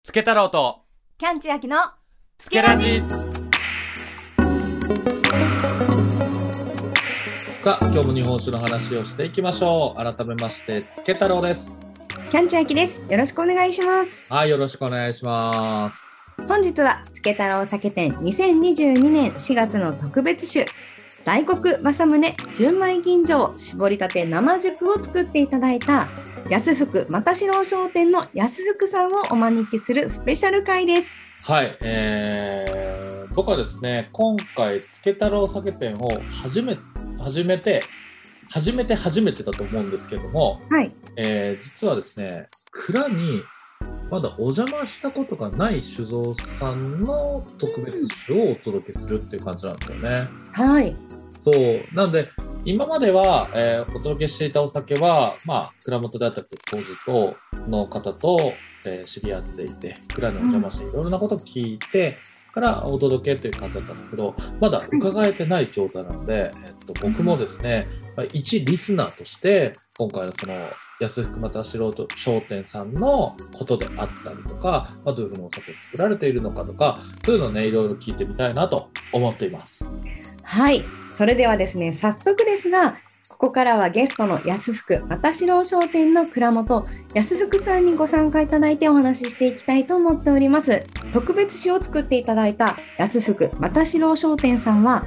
つけ太郎とキャンチュアキのつけラジ。さあ今日も日本酒の話をしていきましょう。改めましてつけ太郎です。 キャンチュアキです。よろしくお願いします。 はい、よろしくお願いします。 本日はつけ太郎酒店2022年4月の特別酒大黒正宗純米吟醸搾りたて生熟を作っていただいた安福又四郎商店の安福さんをお招きするスペシャル回です。 はい、僕はですね今回つけ太郎酒店を初めてだと思うんですけども、 はい、 実はですね蔵にまだお邪魔したことがない酒造さんの特別酒をお届けするっていう感じなんですよね。 はい。 そうなので今までは、お届けしていたお酒は、蔵元であったり当時との方と、知り合っていて蔵にお邪魔していろいろなことを聞いてからお届けという感じだったんですけど、まだ伺えてない状態なので、僕もですね一リスナーとして今回のその安福又四郎商店さんのことであったりとか、どういうふうにお酒を作られているのかとか、そういうのをねいろいろ聞いてみたいなと思っています。 はい、それではですね早速ですがここからはゲストの安福又四郎商店の蔵元安福さんにご参加いただいてお話ししていきたいと思っております。特別酒を作っていただいた安福又四郎商店さんは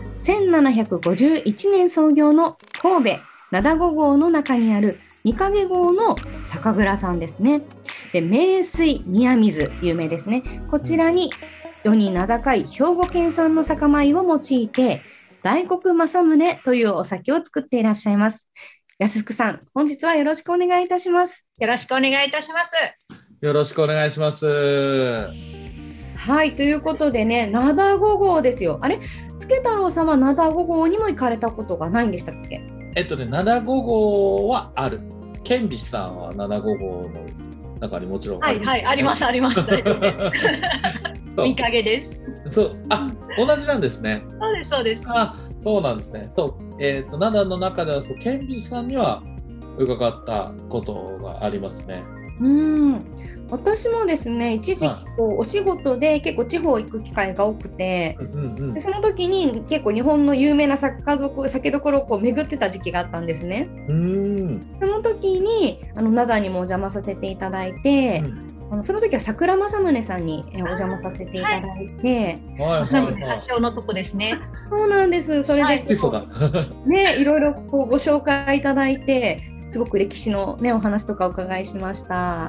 1751年創業の神戸灘五郷の中にある御影郷の酒蔵さんですね。で名水宮水有名ですね。こちらに世に名高い兵庫県産の酒米を用いて大黒正宗というお酒を作っていらっしゃいます。安福さん、本日はよろしくお願いいたします。 よろしくお願いいたします。 よろしくお願いします。 はい、ということでね、灘五郷ですよ。あれ、つけ太郎さんは灘五郷にも行かれたことがないんでしたっけ？ 灘五郷はある。県美さんは灘五郷の中にもちろんあります、ね。 はいはい、ありますあります。大丈夫です。見影です。 そう、同じなんですね。 そうですそうです。 そうなんですね。そう、灘の中では県美さんには伺ったことがありますね。 私もですね一時期お仕事で結構地方行く機会が多くて、でその時に結構日本の有名な酒どころを巡ってた時期があったんですね。その時に灘にもお邪魔させていただいて、その時は桜正宗さんにお邪魔させていただいて、 正宗発祥のとこですね。 そうなんです。それで、いろいろご紹介いただいてすごく歴史の、お話とかお伺いしました。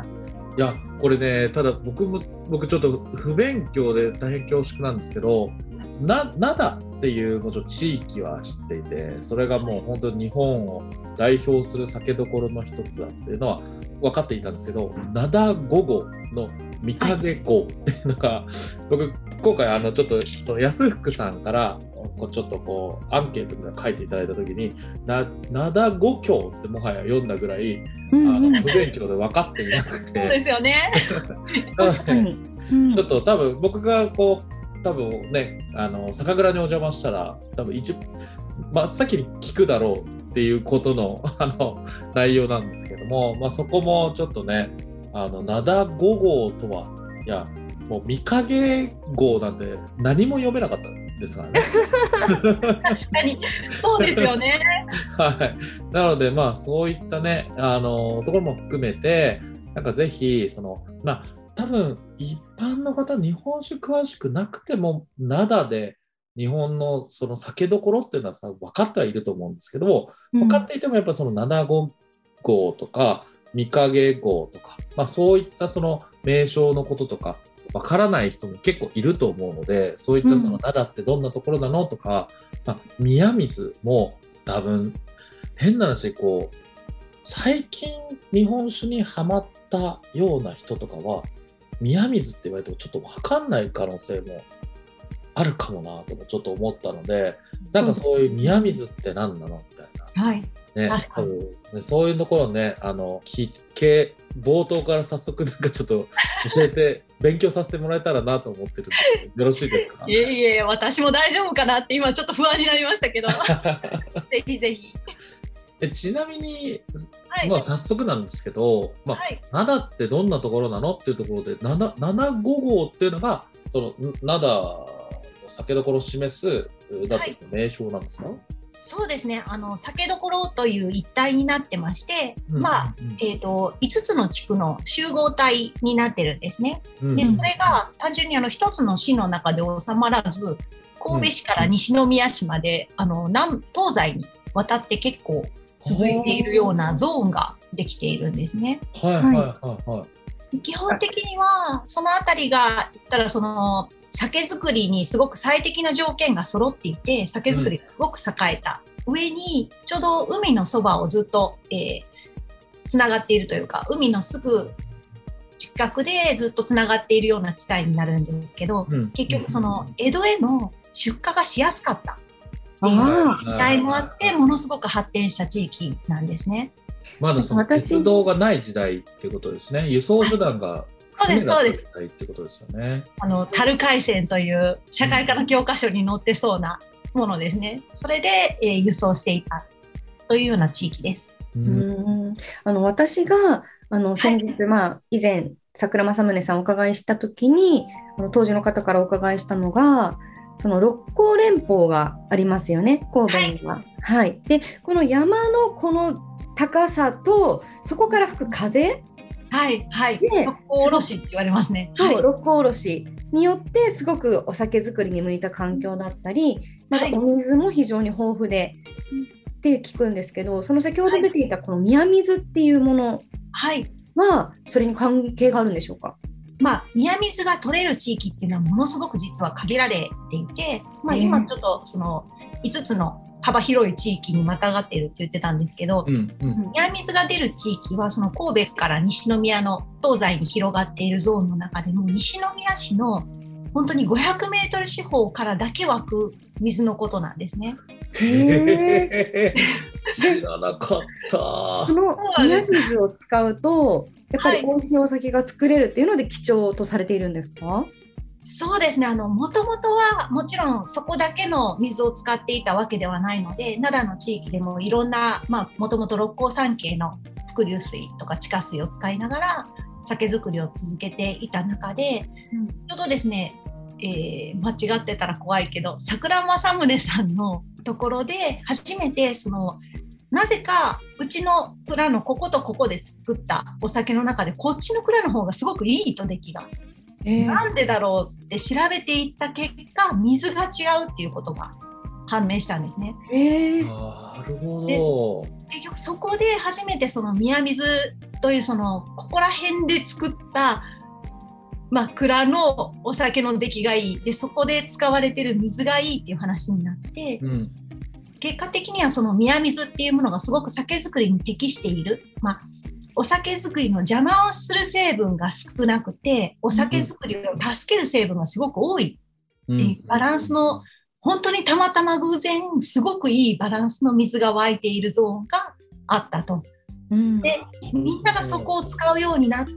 いやこれね、ただ僕ちょっと不勉強で大変恐縮なんですけど、灘っていうもちろん地域は知っていて、それがもう本当に日本を代表する酒どころの一つだっていうのは分かっていたんですけど、灘五郷の御影郷っていうのが、僕今回ちょっとその安福さんからちょっとアンケートみたいなの書いていただいた時に灘五郷ってもはや読んだぐらい不勉強で分かっていなくてそうですよね。 確かに、 ちょっと多分僕が多分ね酒蔵にお邪魔したら多分真っ先に聞くだろうっていうことの内容なんですけども、そこもちょっとね灘五郷とはいやもう御影郷なんで何も読めなかったんですからね。 確かにそうですよね。 はい、なのでそういったねところも含めてなんかぜひ多分一般の方日本酒詳しくなくても灘で日本のその酒どころっていうのは分かってはいると思うんですけど、分かっていてもやっぱその灘五郷とか御影郷とか、そういったその名称のこととか分からない人も結構いると思うので、そういったその灘ってどんなところなのとか、宮水も多分変な話最近日本酒にハマったような人とかは宮水って言われてもちょっと分かんない可能性もあるかもなともちょっと思ったので、なんかそういう宮水って何なのみたいな、 はいね、そういうところをね冒頭から早速なんかちょっと教えて勉強させてもらえたらなと思ってるんですけどよろしいですか？ いえ私も大丈夫かなって今ちょっと不安になりましたけどぜひぜひ。 ちなみに、 はい、 まあ、早速なんですけど、まあはい、 灘ってどんなところなのっていうところで、灘五号っていうのが、その灘の酒どころを示すだと名称なんですか？ そうですね。酒どころという一体になってまして、 うんまあ、5つの地区の集合体になってるんですね。 うんで、それが単純に1つの市の中で収まらず、神戸市から西宮市まで、東西にわたって結構続いているようなゾーンができているんですね。 はいはいはいはい。 基本的にはそのあたりが言ったらその酒造りにすごく最適な条件が揃っていて、酒造りがすごく栄えた、上にちょうど海のそばをずっとつながっているというか、海のすぐ近くでずっとつながっているような地帯になるんですけど、結局その江戸への出荷がしやすかったっていう時代もあって、ものすごく発展した地域なんですね。 まだその鉄道がない時代っていうことですね。輸送手段が船だった時代ってことですよね。 樽海線という社会科の教科書に載ってそうなものですね。それで、輸送していたというような地域です。 私が先日、以前桜正宗さんをお伺いしたときに当時の方からお伺いしたのが、その六甲連峰がありますよね、神戸には。はい、でこの山のこの高さとそこから吹く風、 はいはい、六甲おろしって言われますね。 そう、六甲おろしによってすごくお酒作りに向いた環境だったり、またお水も非常に豊富で、って聞くんですけど、その先ほど出ていたこの宮水っていうものはそれに関係があるんでしょうか？ 宮水が取れる地域っていうのはものすごく実は限られていて、今ちょっとその5つの幅広い地域にまたがっているって言ってたんですけど、宮水が出る地域はその神戸から西宮の東西に広がっているゾーンの中でも、西宮市の本当に500メートル四方からだけ湧く水のことなんですね。 知らなかった。 その宮水を使うとやっぱり美味しいお酒が作れるっていうので貴重とされているんですか？ そうですね。もともとはもちろんそこだけの水を使っていたわけではないので、灘の地域でもいろんな、もともと六甲山系の伏流水とか地下水を使いながら酒造りを続けていた中で、ちょうどですね、間違ってたら怖いけど、桜正宗さんのところで初めてなぜかうちの蔵のこことここで作ったお酒の中でこっちの蔵の方がすごくいいと出来が、なんでだろうって調べていった結果、水が違うっていうことが判明したんですね。 なるほど。 結局そこで初めてその宮水というここら辺で作った蔵のお酒の出来がいいで、そこで使われている水がいいっていう話になって、結果的にはその宮水っていうものがすごく酒造りに適している、お酒造りの邪魔をする成分が少なくて、お酒造りを助ける成分がすごく多いっていうバランスの、本当にたまたま偶然すごくいいバランスの水が湧いているゾーンがあったと。で、みんながそこを使うようになって、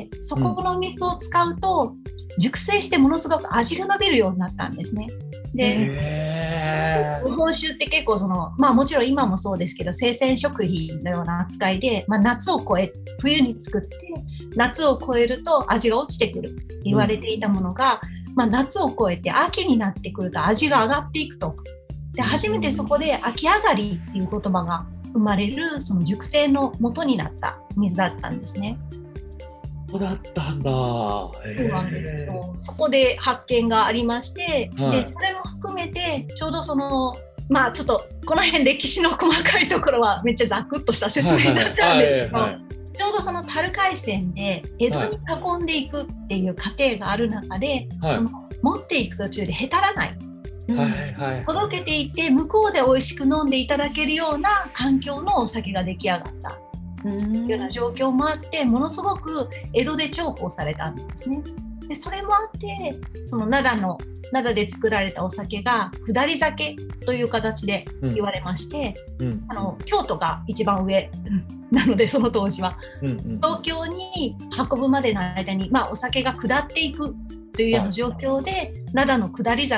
そこの水を使うと熟成してものすごく味が伸びるようになったんですね。で、日本酒って結構もちろん今もそうですけど、生鮮食品のような扱いで、夏を超え冬に作って夏を超えると味が落ちてくるって言われていたものが、夏を超えて秋になってくると味が上がっていくと。で、初めてそこで秋上がりっていう言葉が生まれる、その熟成の元になった水だったんですね。 そうだったんだ。 そうなんですよ。そこで発見がありまして、でそれも含めてちょうどちょっとこの辺歴史の細かいところはめっちゃざくっとした説明になっちゃうんですけど、ちょうどその樽海線で江戸に運んでいくっていう過程がある中で、持っていく途中でへたらない、届けていって向こうで美味しく飲んでいただけるような環境のお酒が出来上がったというような状況もあって、ものすごく江戸で重宝されたんですね。でそれもあって、その灘で作られたお酒が下り酒という形で言われまして、京都が一番上なので、その当時は、東京に運ぶまでの間に、お酒が下っていくというような状況で、灘の下り酒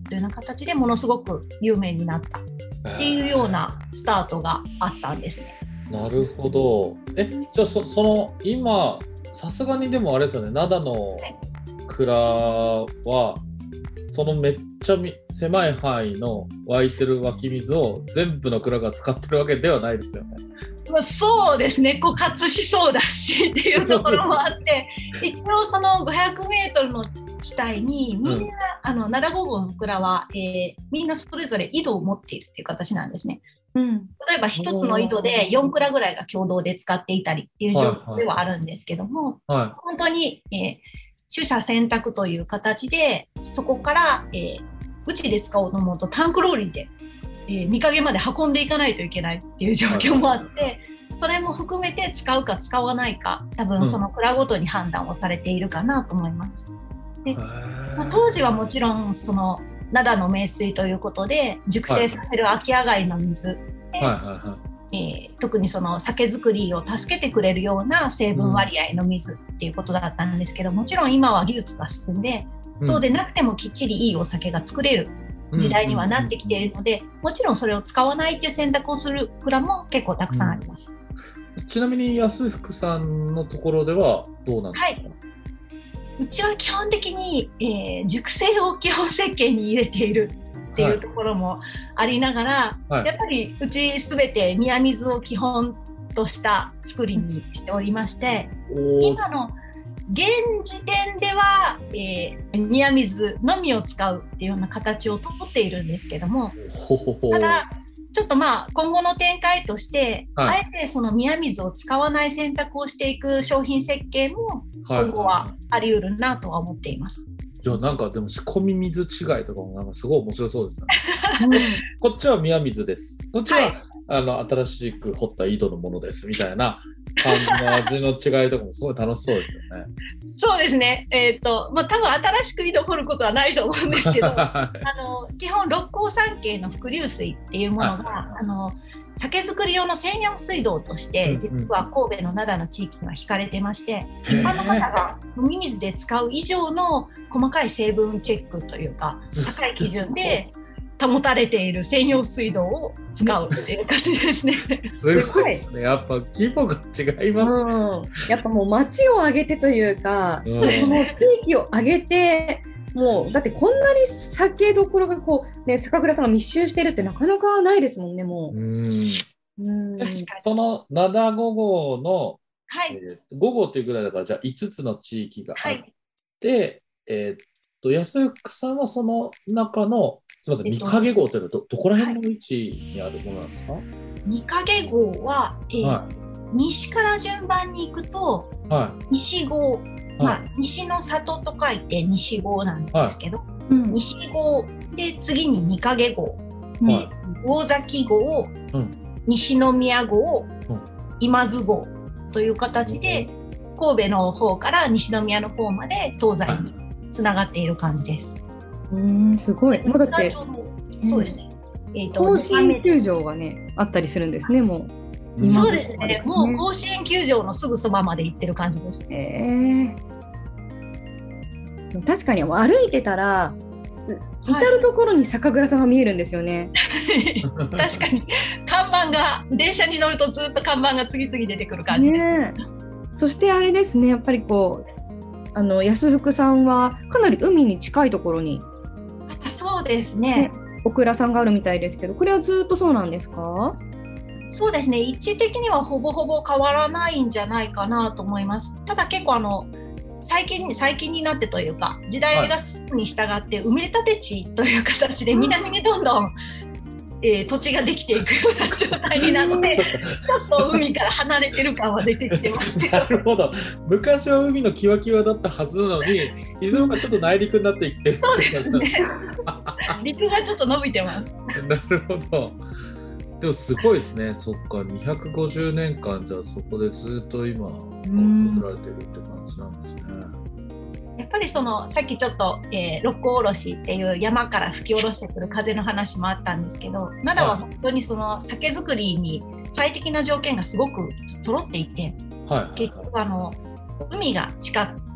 というような形でものすごく有名になったっていうようなスタートがあったんですね。 なるほど。じゃあその今さすがにでもあれですよね、灘の蔵はそのめっちゃ狭い範囲の湧いてる湧き水を全部の蔵が使ってるわけではないですよね。 まあ、そうですね、枯渇しそうだしっていうところもあって一応その500メートルの地帯にみんな、灘5号の蔵は、みんなそれぞれ井戸を持っているっていう形なんですね。例えば一つの井戸で4蔵ぐらいが共同で使っていたりっていう状況ではあるんですけども、本当に、取捨選択という形でそこから、うちで使おうと思うとタンクローリーで、御影まで運んでいかないといけないっていう状況もあって、それも含めて使うか使わないか多分その蔵ごとに判断をされているかなと思います。で、当時はもちろんその灘の名水ということで熟成させる秋上がりの水で、特にその酒造りを助けてくれるような成分割合の水っていうことだったんですけど、もちろん今は技術が進んで、そうでなくてもきっちりいいお酒が作れる時代にはなってきているので、もちろんそれを使わないっていう選択をする蔵も結構たくさんあります。 ちなみに安福さんのところではどうなんですか？ うちは基本的に、熟成を基本設計に入れているっていうところもありながら、やっぱりうちすべて宮水を基本とした作りにしておりまして、今の現時点では、宮水のみを使うっていうような形をとっているんですけども、ただちょっと今後の展開として、あえてその宮水を使わない選択をしていく商品設計も今後はあり得るなとは思っています。 いや、なんかでも仕込み水違いとかもなんかすごい面白そうですね。こっちは宮水です、こっちは、新しく掘った井戸のものですみたいな味の違いとかもすごい楽しそうですよね。 そうですね。多分新しく井戸掘ることはないと思うんですけど基本六甲山系の伏流水っていうものが酒造り用の専用水道として実は神戸の灘の地域には引かれてまして、一般の方が飲み水で使う以上の細かい成分チェックというか高い基準で保たれている専用水道を使うっていう感じですね。 すごいですね。やっぱ規模が違いますね。 やっぱもう町を挙げてというか、もう地域を挙げて、もうだってこんなに酒どころがこう、ね、酒蔵さんが密集してるってなかなかないですもんね。もうその灘5号の、5号っていうぐらいだから、じゃあ5つの地域があって、安福さんはその中のすみません、御影号というのはどこら辺の位置にあるものなんですか？ 御影号は、西から順番に行くと、西号、西の里と書いて西号なんですけど、西号で次に御影号、魚崎号、西宮号、今津号という形で神戸の方から西宮の方まで東西につながっている感じです。 すごい。もうだってそうですね。 甲子園球場がねあったりするんですね。もうそうですね。もう甲子園球場のすぐそばまで行ってる感じです。 確かに歩いてたら至るところに酒蔵さんが見えるんですよね。 確かに看板が電車に乗るとずっと看板が次々出てくる感じです。 そしてあれですね。やっぱりこう安福さんはかなり海に近いところに。 そうですね。 お蔵さんがあるみたいですけど、これはずっとそうなんですか？ そうですね。位置的にはほぼほぼ変わらないんじゃないかなと思います。ただ結構最近になってというか時代が進むに従って埋め立て地という形で南にどんどん、土地ができていくような状態になってちょっと海から離れてる感は出てきてますけど。 なるほど。昔は海のキワキワだったはずなのにいつの間にかちょっと内陸になっていってる。 そうですね。陸がちょっと伸びてます。 なるほど。でもすごいですね。そっか、250年間じゃあそこでずっと今作られてるって感じなんですね。 やっぱりさっきちょっと、六甲おろしっていう山から吹き下ろしてくる風の話もあったんですけど、灘は本当に酒造りに最適な条件がすごく揃っていて、結局海が近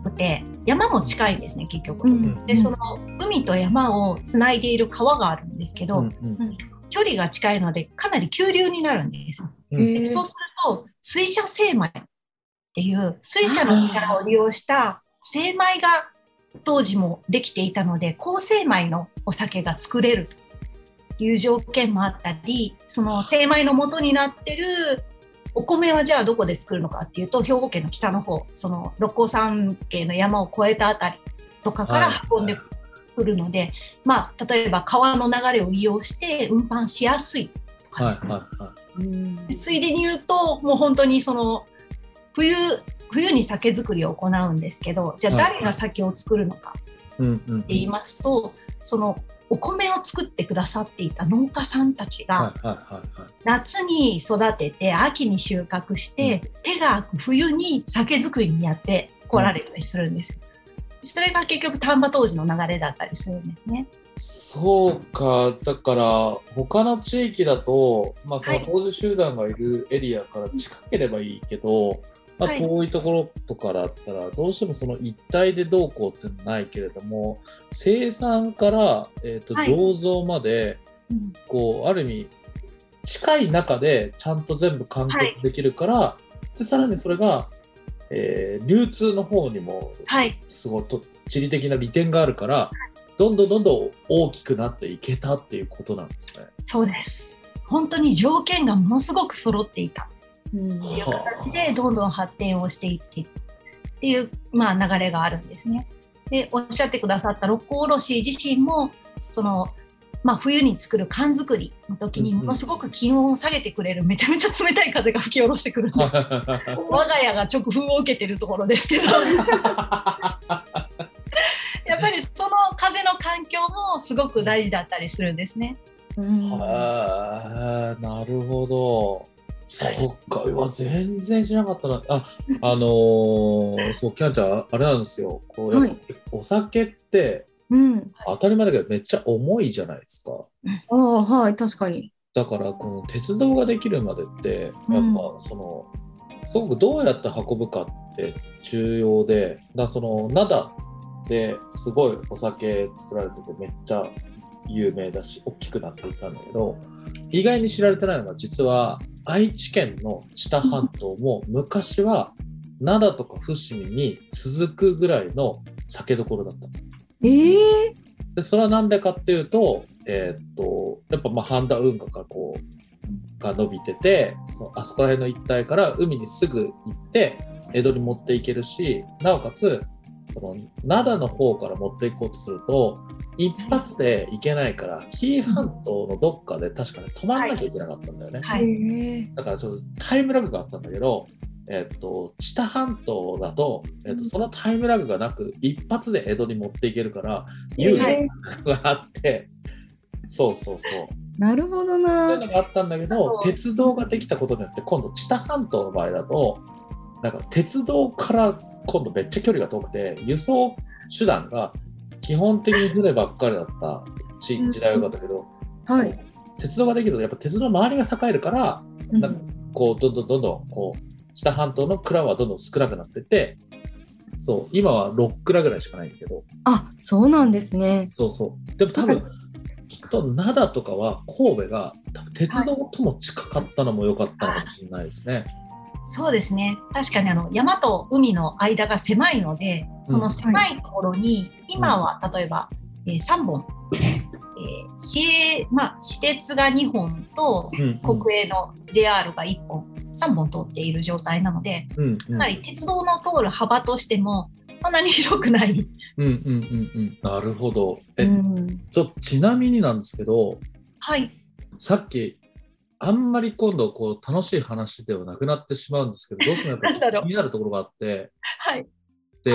くて、山も近いんですね結局、 うんでその海と山をつないでいる川があるんですけど、距離が近いのでかなり急流になるんです。でそうすると水車精米っていう水車の力を利用した精米が当時もできていたので、高精米のお酒が作れるという条件もあったり、その精米の元になってるお米はじゃあどこで作るのかっていうと、兵庫県の北の方、その六甲山系の山を越えたあたりとかから運んでくるので、まあ、例えば川の流れを利用して運搬しやすいとかですね。でついでに言うと、もう本当にその冬に酒造りを行うんですけど、じゃあ誰が酒を作るのかって言いますと、そのお米を作ってくださっていた農家さんたちが夏に育てて秋に収穫して手が空く冬に酒造りにやって来られたりするんです。それが結局丹波当時の流れだったりするんですね。 そうか、だから他の地域だと、まあ、その当時集団がいるエリアから近ければいいけど、まあ、遠いところとかだったらどうしてもその一帯でどうこうっていうのはないけれども、生産から、醸造まで、こうある意味近い中でちゃんと全部完結できるから、でさらにそれが、流通の方にもすごい地理的な利点があるから、どんどん大きくなっていけたっていうことなんですね。 そうです。本当に条件がものすごく揃っていたっていう形でどんどん発展をしていってっていう、まあ、流れがあるんですね。でおっしゃってくださった六甲おろし自身もその、まあ、冬に作る缶作りの時にものすごく気温を下げてくれるめちゃめちゃ冷たい風が吹き下ろしてくるんです我が家が直風を受けてるところですけどやっぱりその風の環境もすごく大事だったりするんですね。 なるほど。そっか、全然知らなかったな。そうキャンちゃんあれなんですよ。こうやっぱお酒って、当たり前だけどめっちゃ重いじゃないですか。 はい、確かに。 だからこの鉄道ができるまでってやっぱその、すごくどうやって運ぶかって重要で、その灘ですごいお酒作られててめっちゃ有名だし大きくなっていったんだけど、意外に知られてないのが、実は愛知県の知多半島も昔は灘とか伏見に続くぐらいの酒どころだった。でそれはなんでかっていうと、やっぱまあ半田運河が伸びてて、あそこら辺の一帯から海にすぐ行って江戸に持っていけるし、なおかつこの灘の方から持っていこうとすると一発で行けないから、紀伊半島のどっかで確かに止まんなきゃいけなかったんだよね。だからちょっとタイムラグがあったんだけど、知多半島だと、そのタイムラグがなく一発で江戸に持っていけるから有利があって、そうなるほどな。 そういうのがあったんだけど、鉄道ができたことによって今度知多半島の場合だとなんか鉄道から今度めっちゃ距離が遠くて、輸送手段が基本的に船ばっかりだった時代があったけど、鉄道ができるとやっぱ鉄道の周りが栄えるから、なんかこうどんどんこう知多半島の蔵はどんどん少なくなってて、そう今は6蔵ぐらいしかないんだけど。 そうなんですね。 でも多分きっと灘とかは神戸が多分鉄道とも近かったのも良かったのかもしれないですね。 そうですね。確かに山と海の間が狭いので、その狭いところに、今は例えば、3本、私鉄が2本と国営の JR が1本、3本通っている状態なので、かなり鉄道の通る幅としてもそんなに広くない。 なるほど。ちなみになんですけど、さっきあんまり今度こう楽しい話ではなくなってしまうんですけど、どうしてもやっぱり気になるところがあって、で、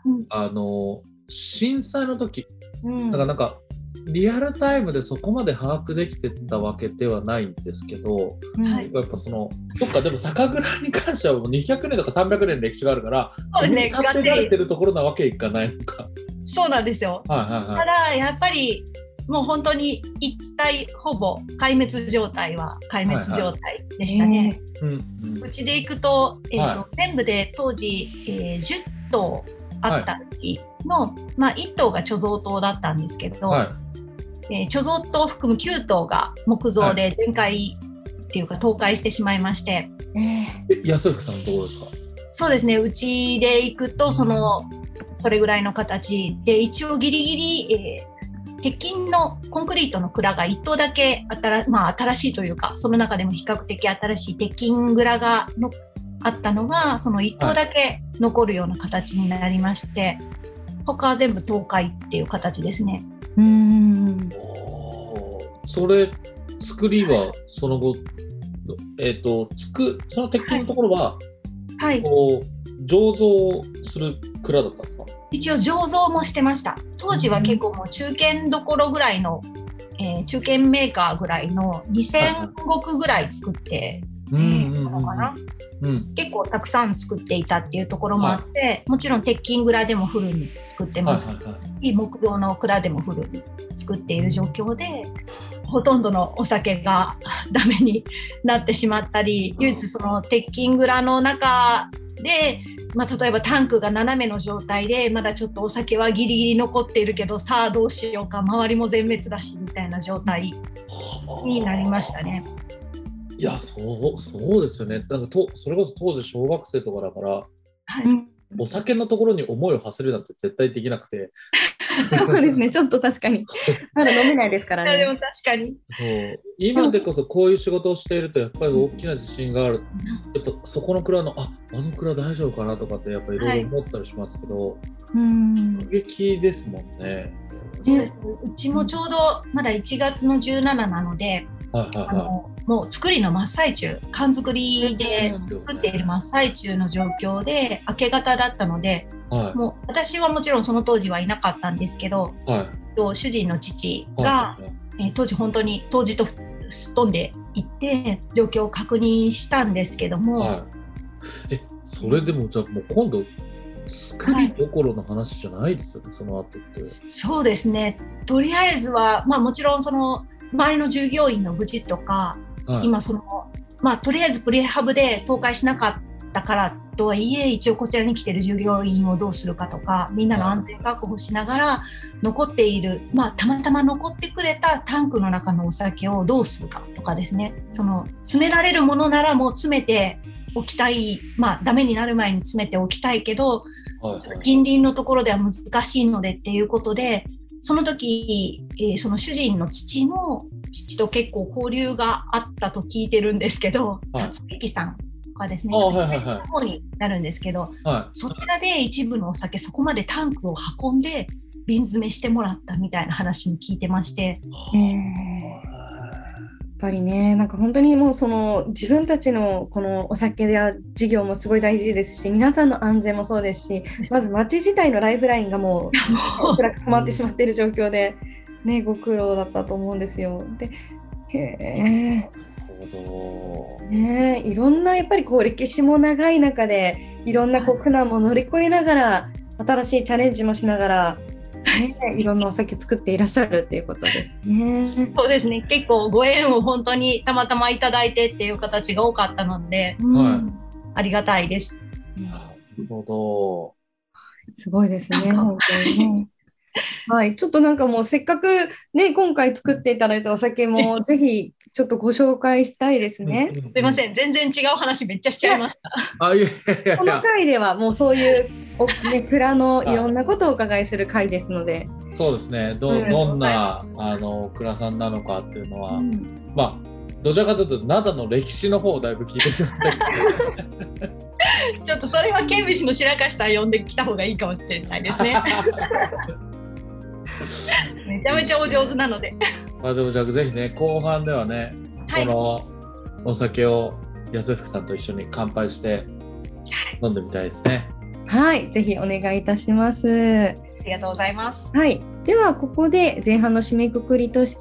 震災の時、なんかリアルタイムでそこまで把握できてたわけではないんですけど、やっぱそっか、でも酒蔵に関してはもう200年とか300年歴史があるから、 そうですね、 勝手られてるところなわけいかないのか。 そうなんですよ。ただやっぱりもう本当に一体ほぼ壊滅状態は壊滅状態でしたね。うちで行くと、全部で当時、10棟あったうちの、1棟が貯蔵棟だったんですけど、貯蔵棟を含む9棟が木造で全壊っていうか倒壊してしまいまして、 安福さんのところですか？ そうですね、うちで行くとそれぐらいの形で、一応ギリギリ、鉄筋のコンクリートの蔵が1棟だけ新しいというか、その中でも比較的新しい鉄筋蔵があったのがその1棟だけ残るような形になりまして、他は全部倒壊っていう形ですね。 それ作りはその後、その鉄筋のところは、こう醸造する蔵だったんですか？ 一応醸造もしてました。当時は結構もう中堅どころぐらいの、中堅メーカーぐらいの2000石ぐらい作ってたのかな。結構たくさん作っていたっていうところもあって、もちろん鉄筋蔵でもフルに作ってますし、木造の蔵でもフルに作っている状況で、ほとんどのお酒がダメになってしまったり、唯一その鉄筋蔵の中で、例えばタンクが斜めの状態でまだちょっとお酒はギリギリ残っているけど、さあどうしようか、周りも全滅だしみたいな状態になりましたね。 いや、そうですよね。それこそ当時小学生とかだから、お酒のところに思いを馳せるなんて絶対できなくて。 そうですね、ちょっと確かにまだ飲めないですからね。 でも確かに今でこそこういう仕事をしているとやっぱり大きな自信がある。やっぱそこの蔵のあの蔵大丈夫かなとかってやっぱりいろいろ思ったりしますけど、衝撃ですもんね。 うちもちょうどまだ1月の17なので、もう作りの真っ最中、缶作りで作っている真っ最中の状況で明け方だったので、もう私はもちろんその当時はいなかったんですけど、主人の父が、当時本当に当時とすっ飛んでいって状況を確認したんですけども、 それでもじゃあもう今度作りどころの話じゃないですよね、その後って。 そうですね、とりあえずは、もちろんその周りの従業員の無事とか、今とりあえずプレハブで倒壊しなかったからとはいえ、一応こちらに来てる従業員をどうするかとか、みんなの安全確保しながら残っている、たまたま残ってくれたタンクの中のお酒をどうするかとかですね、その詰められるものならもう詰めておきたい、ダメになる前に詰めておきたいけど、近隣のところでは難しいのでっていうことで、その時、その主人の父と結構交流があったと聞いてるんですけど、辰之さんがですね、ちょっと別の方になるんですけど、そちらで一部のお酒、そこまでタンクを運んで瓶詰めしてもらったみたいな話も聞いてまして。 やっぱりね、なんか本当にもうその自分たちのこのお酒や事業もすごい大事ですし、皆さんの安全もそうですし、まず町自体のライフラインがもう暗く止まってしまっている状況で、ね、ご苦労だったと思うんですよ。で、いろんなやっぱりこう歴史も長い中で、いろんな苦難も乗り越えながら、新しいチャレンジもしながら、いろんなお酒作っていらっしゃるっていうことですね。 そうですね、結構ご縁を本当にたまたまいただいてっていう形が多かったので、ありがたいです。 なるほど。 すごいですね、本当にね。ちょっとなんかもうせっかくね、今回作っていただいたお酒もぜひちょっとご紹介したいですね。 すいません、全然違う話めっちゃしちゃいました。 この回ではもうそういう蔵のいろんなことをお伺いする回ですので。 そうですね、どんな蔵さんなのかっていうのは、どちらかというと灘の歴史の方をだいぶ聞いてしまったけどちょっとそれはケンビシの白川さん呼んできた方がいいかもしれないですねめちゃめちゃお上手なのででもじゃあぜひね、後半ではね、このお酒を安福さんと一緒に乾杯して飲んでみたいですね。 はい、ぜひお願いいたします。 ありがとうございます。 はい、ではここで前半の締めくくりとして、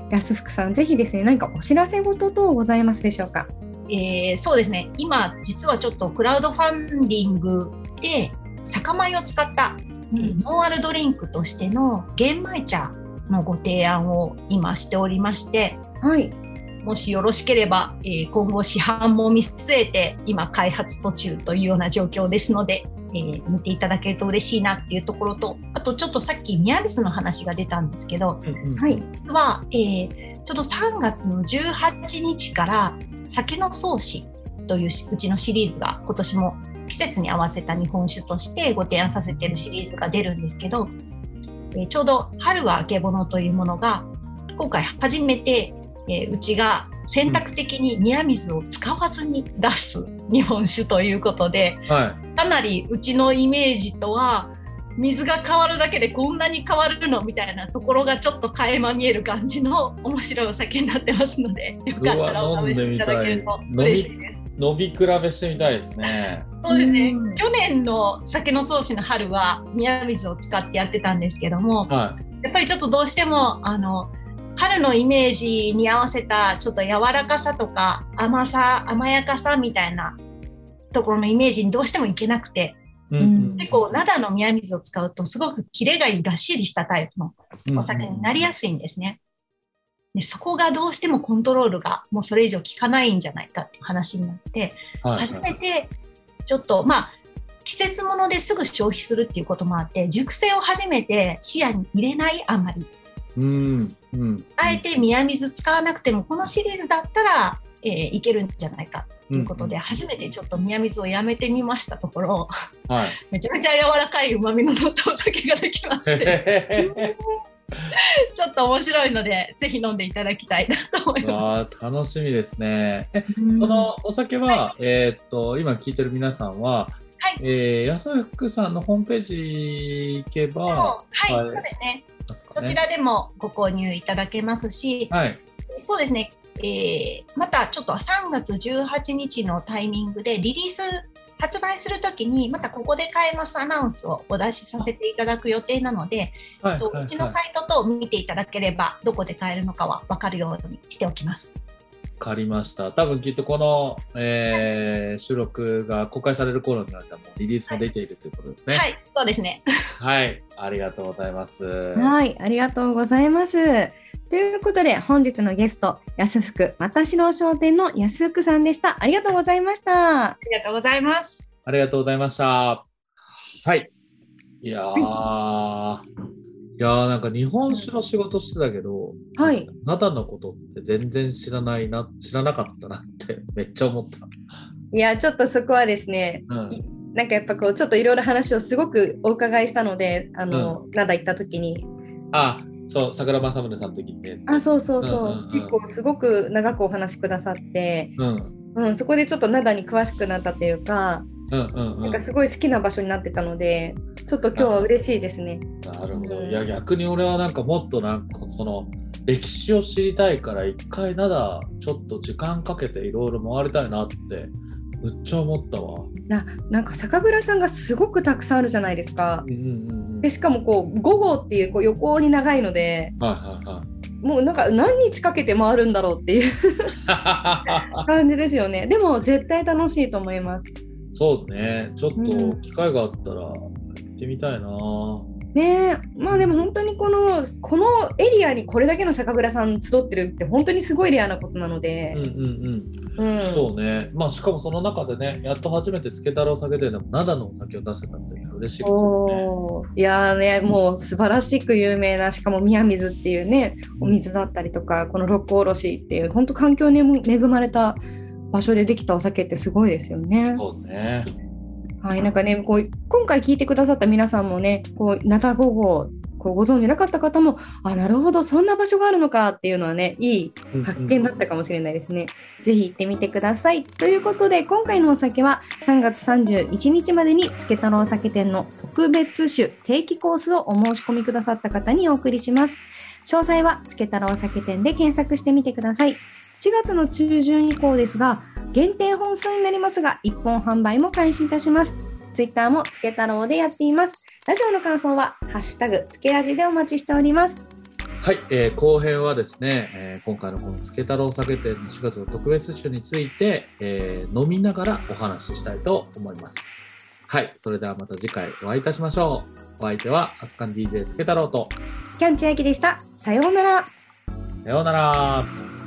安福さんぜひですね、何かお知らせ事等ございますでしょうか？ そうですね、今実はちょっとクラウドファンディングで酒米を使ったノンアルドリンクとしての玄米茶のご提案を今しておりまして、もしよろしければ、今後市販も見据えて今開発途中というような状況ですので、 見ていただけると嬉しいなっていうところと、あとちょっとさっき宮水の話が出たんですけど、 はい、 ちょうど3月の18日から酒の草子といううちのシリーズが今年も季節に合わせた日本酒としてご提案させているシリーズが出るんですけど、ちょうど春はあけぼのというものが今回初めて、うちが選択的に宮水を使わずに出す日本酒ということで、 はい、 かなりうちのイメージとは水が変わるだけでこんなに変わるのみたいなところがちょっと垣間見える感じの面白いお酒になってますので、よかったらお試しいただけると嬉しいです。 飲み比べしてみたいですね。 そうですね、去年の酒の草子の春は宮水を使ってやってたんですけども、やっぱりちょっとどうしても春のイメージに合わせたちょっと柔らかさとか甘やかさみたいなところのイメージにどうしてもいけなくて、結構灘の宮水を使うとすごくキレがいいがっしりしたタイプのお酒になりやすいんですね。でそこがどうしてもコントロールがもうそれ以上効かないんじゃないかっていう話になって、初めてちょっと季節物ですぐ消費するっていうこともあって熟成を初めて視野に入れないあんまり。あえて宮水使わなくてもこのシリーズだったら、いけるんじゃないかということで、初めてちょっと宮水をやめてみましたところ、めちゃめちゃ柔らかい旨味の乗ったお酒ができましてちょっと面白いのでぜひ飲んでいただきたいなと思います。 楽しみですね。そのお酒は、今聞いてる皆さんは、安福さんのホームページ行けば、 そうですね、そちらでもご購入いただけますし、そうですね、またちょっと3月18日のタイミングでリリース発売するときにまたここで買えますアナウンスをお出しさせていただく予定なので、うちのサイトと見ていただければどこで買えるのかは分かるようにしておきます。 分かりました。多分きっとこの、収録が公開される頃にはもうリリースも出ているということですね。 そうですね。 ありがとうございます。 ありがとうございます。ということで本日のゲスト安福又四郎商店の安福さんでした。ありがとうございました。 ありがとうございます。 ありがとうございました。いやなんか日本酒の仕事してたけど、灘のことって全然知らなかったなってめっちゃ思った。 いやちょっとそこはですね、なんかやっぱこうちょっといろいろ話をすごくお伺いしたので灘行った時にそう桜正宗さんの時にねそう、結構すごく長くお話しくださって、そこでちょっと灘に詳しくなったというか、なんかすごい好きな場所になってたのでちょっと今日は嬉しいですね。 なるほど。いや逆に俺はなんかもっとなんかその歴史を知りたいから一回灘ちょっと時間かけていろいろ回りたいなってむっちゃ思ったわ。 なんか酒蔵さんがすごくたくさんあるじゃないですか。でしかもこう5号っていうこう横に長いので、もうなんか何日かけて回るんだろうっていう感じですよね。でも絶対楽しいと思います。 そうね、ちょっと機会があったら行ってみたいな。 でも本当にこのエリアにこれだけの酒蔵さん集ってるって本当にすごいレアなことなので、 そうね。しかもその中でね、やっと初めて漬太郎酒店でも灘のお酒を出せたっていうのは嬉しいことね。いやね、もう素晴らしく有名な、しかも宮水っていうねお水だったりとか、この六甲おろしっていう本当環境に恵まれた場所でできたお酒ってすごいですよね。 そうね。 なんかね、今回聞いてくださった皆さんもね、灘5号ご存じなかった方もなるほどそんな場所があるのかっていうのはね、いい発見だったかもしれないですね。ぜひ行ってみてください。ということで今回のお酒は3月31日までに漬太郎酒店の特別酒定期コースをお申し込みくださった方にお送りします。詳細は漬太郎酒店で検索してみてください。4月の中旬以降ですが限定本数になりますが1本販売も開始いたします。ツイッターもつけ太郎でやっています。ラジオの感想はハッシュタグつけラジでお待ちしております。 後編はですね、今回のこのつけ太郎酒店の4月の特別酒について、飲みながらお話ししたいと思います。それではまた次回お会いいたしましょう。お相手はアスカン DJ つけ太郎とキャンチアキでした。さようなら。 さようなら。